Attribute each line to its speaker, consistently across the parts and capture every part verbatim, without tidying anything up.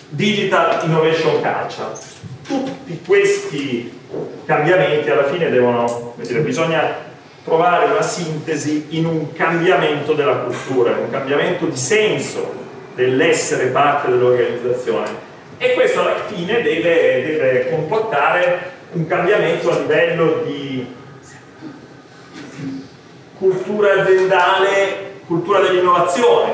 Speaker 1: Digital Innovation Culture. Tutti questi cambiamenti alla fine devono, come dire, bisogna trovare una sintesi in un cambiamento della cultura, in un cambiamento di senso dell'essere parte dell'organizzazione, e questo alla fine deve, deve comportare un cambiamento a livello di cultura aziendale, cultura dell'innovazione,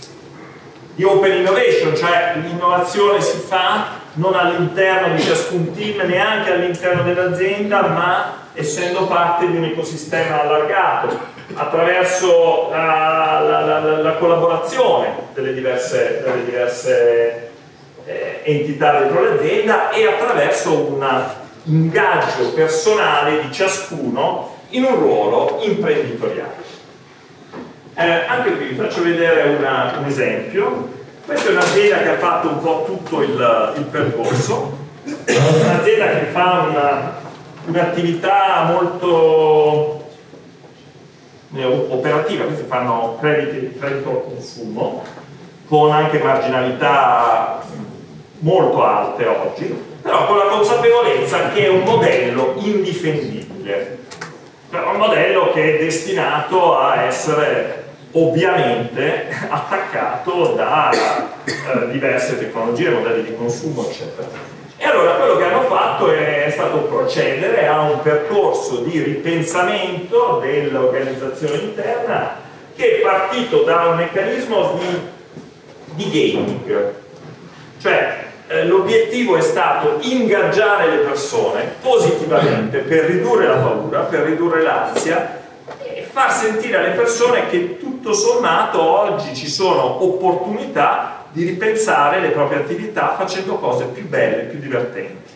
Speaker 1: di open innovation, cioè l'innovazione si fa non all'interno di ciascun team, neanche all'interno dell'azienda, ma essendo parte di un ecosistema allargato, attraverso la, la, la, la collaborazione delle diverse, delle diverse eh, entità dentro l'azienda e attraverso un ingaggio personale di ciascuno in un ruolo imprenditoriale. Eh, anche qui vi faccio vedere una, un esempio. Questa è un'azienda che ha fatto un po' tutto il, il percorso, un'azienda che fa un'attività molto eh, operativa, questi fanno crediti, credito al consumo, con anche marginalità molto alte oggi, però con la consapevolezza che è un modello indifendibile, cioè un modello che è destinato a essere ovviamente attaccato da eh, diverse tecnologie, modelli di consumo, eccetera. E allora quello che hanno fatto è, è stato procedere a un percorso di ripensamento dell'organizzazione interna che è partito da un meccanismo di, di gaming, cioè eh, l'obiettivo è stato ingaggiare le persone positivamente per ridurre la paura, per ridurre l'ansia, far sentire alle persone che tutto sommato oggi ci sono opportunità di ripensare le proprie attività facendo cose più belle, più divertenti.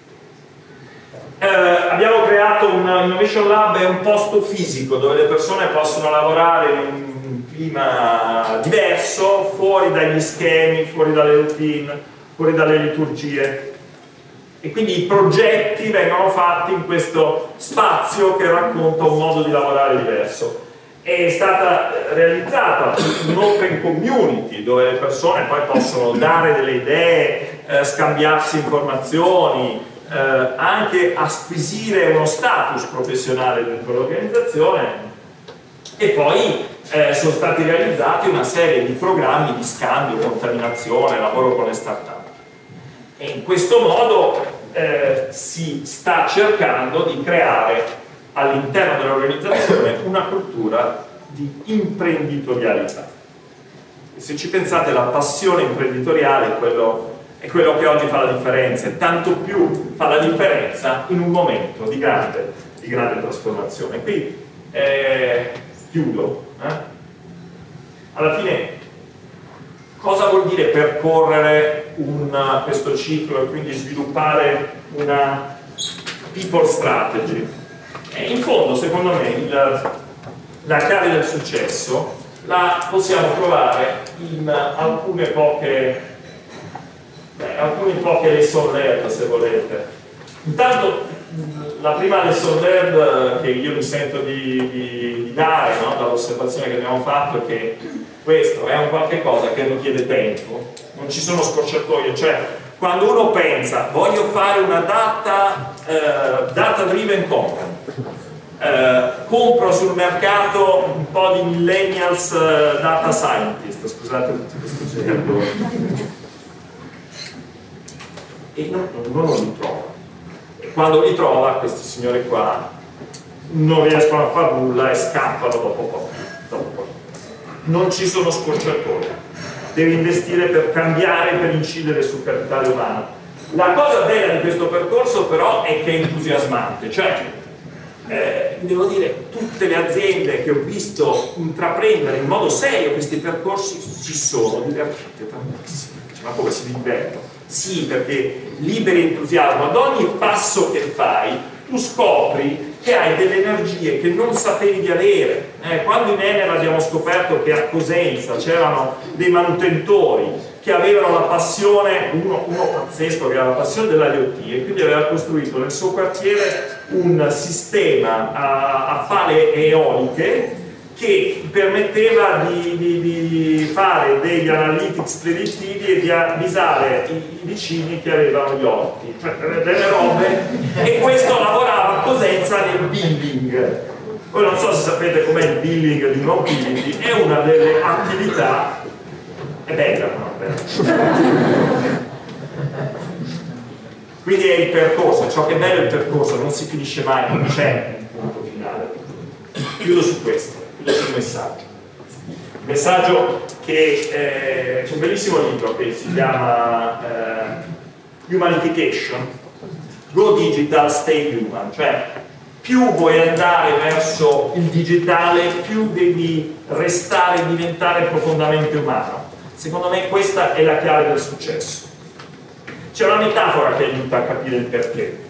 Speaker 1: Eh, abbiamo creato un Innovation Lab, è un posto fisico dove le persone possono lavorare in un clima diverso, fuori dagli schemi, fuori dalle routine, fuori dalle liturgie. E quindi i progetti vengono fatti in questo spazio che racconta un modo di lavorare diverso. È stata realizzata un'open community dove le persone poi possono dare delle idee, eh, scambiarsi informazioni, eh, anche acquisire uno status professionale dentro l'organizzazione, e poi eh, sono stati realizzati una serie di programmi di scambio, contaminazione, lavoro con le start-up. E in questo modo eh, si sta cercando di creare all'interno dell'organizzazione una cultura di imprenditorialità. E se ci pensate, la passione imprenditoriale è quello, è quello che oggi fa la differenza, e tanto più fa la differenza in un momento di grande, di grande trasformazione. Qui eh, chiudo. Eh? Alla fine, cosa vuol dire percorrere una, questo ciclo e quindi sviluppare una people strategy? E in fondo, secondo me, il, la chiave del successo la possiamo trovare in alcune poche, beh, alcune poche lesson learned, se volete. Intanto, la prima lesson learned che io mi sento di, di, di dare, no, dall'osservazione che abbiamo fatto, è che questo è un qualche cosa che richiede tempo, non ci sono scorciatoie. Cioè, quando uno pensa voglio fare una data, eh, data driven company, eh, compro sul mercato un po' di millennials eh, data scientist, scusate tutti questi giocatori, e non, uno non li trova. E quando li trova, questi signori qua non riescono a fare nulla e scappano dopo poco, dopo poco. Non ci sono scorciatoie, devi investire per cambiare, per incidere sul capitale umano. La cosa bella di questo percorso però è che è entusiasmante, cioè eh, devo dire, tutte le aziende che ho visto intraprendere in modo serio questi percorsi si sono divertite tantissimo. Cioè, ma come si divertono? Sì, perché liberi entusiasmo, ad ogni passo che fai tu scopri che hai delle energie che non sapevi di avere. Eh, quando in Enel abbiamo scoperto che a Cosenza c'erano dei manutentori che avevano la passione, uno, uno pazzesco che aveva la passione dell'IoT, e quindi aveva costruito nel suo quartiere un sistema a, a pale eoliche che permetteva di, di, di fare degli analytics predittivi e di avvisare i, i vicini che avevano gli orti, cioè delle robe, e questo lavorava a Cosenza nel billing. Voi non so se sapete com'è il billing di Mobility, è una delle attività, è bella, no? Bella. Quindi è il percorso, ciò che è bello è il percorso, non si finisce mai, non c'è un punto finale. Chiudo su questo. Il messaggio. Il messaggio che eh, c'è un bellissimo libro che si chiama eh, Humanification, Go Digital, Stay Human, cioè più vuoi andare verso il digitale, più devi restare e diventare profondamente umano. Secondo me questa è la chiave del successo. C'è una metafora che aiuta a capire il perché.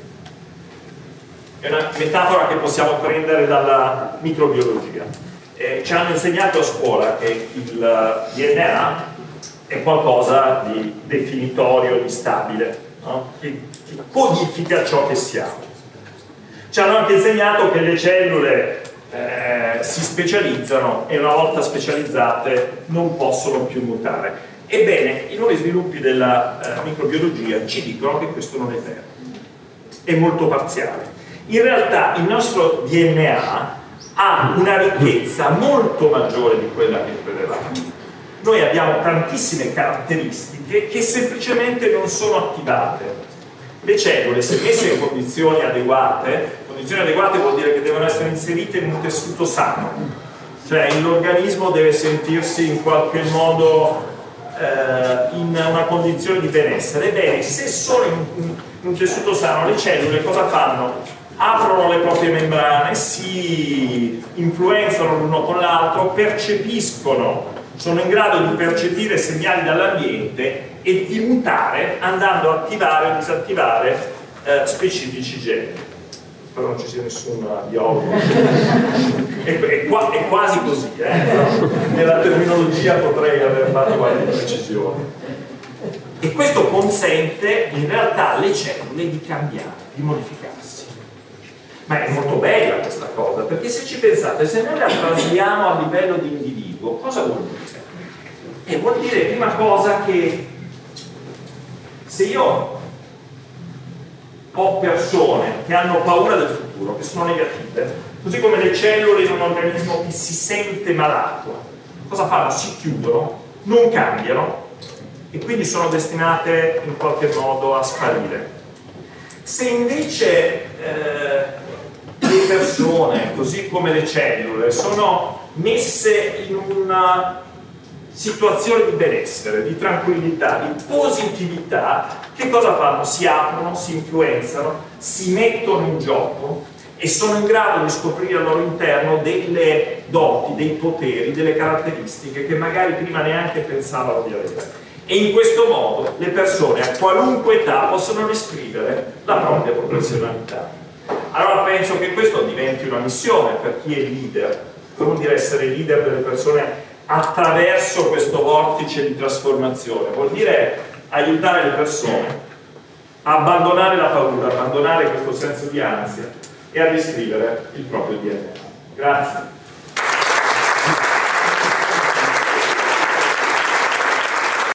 Speaker 1: È una metafora che possiamo prendere dalla microbiologia. Eh, ci hanno insegnato a scuola che il D N A è qualcosa di definitorio, di stabile, no? che, che codifica ciò che siamo. Ci hanno anche insegnato che le cellule eh, si specializzano e una volta specializzate non possono più mutare. Ebbene, i nuovi sviluppi della eh, microbiologia ci dicono che questo non è vero, è molto parziale. In realtà il nostro D N A ha una ricchezza molto maggiore di quella che credevamo. Noi abbiamo tantissime caratteristiche che semplicemente non sono attivate. Le cellule, se messe in condizioni adeguate, condizioni adeguate vuol dire che devono essere inserite in un tessuto sano, cioè l'organismo deve sentirsi in qualche modo eh, in una condizione di benessere. Ebbene, se sono in, in un tessuto sano, le cellule cosa fanno? Aprono le proprie membrane, si influenzano l'uno con l'altro, percepiscono, sono in grado di percepire segnali dall'ambiente e di mutare andando a attivare o disattivare eh, specifici geni. Spero non ci sia nessun biologo. è, è, qua, è quasi così, eh? Nella terminologia potrei aver fatto qualche precisione. E questo consente in realtà alle cellule di cambiare, di modificarsi. Ma è molto bella questa cosa, perché se ci pensate, se noi la trasliamo a livello di individuo, cosa vuol dire? E vuol dire, prima cosa, che se io ho persone che hanno paura del futuro, che sono negative, così come le cellule in un organismo che si sente malato, cosa fanno? Si chiudono, non cambiano e quindi sono destinate in qualche modo a sparire. Se invece eh, le persone, così come le cellule, sono messe in una situazione di benessere, di tranquillità, di positività, che cosa fanno? Si aprono, si influenzano, si mettono in gioco e sono in grado di scoprire al loro interno delle doti, dei poteri, delle caratteristiche che magari prima neanche pensavano di avere. E in questo modo le persone a qualunque età possono riscrivere la propria professionalità. Allora penso che questo diventi una missione per chi è leader. Vuol dire essere leader delle persone attraverso questo vortice di trasformazione, vuol dire aiutare le persone a abbandonare la paura, abbandonare questo senso di ansia e a riscrivere il proprio D N A. Grazie.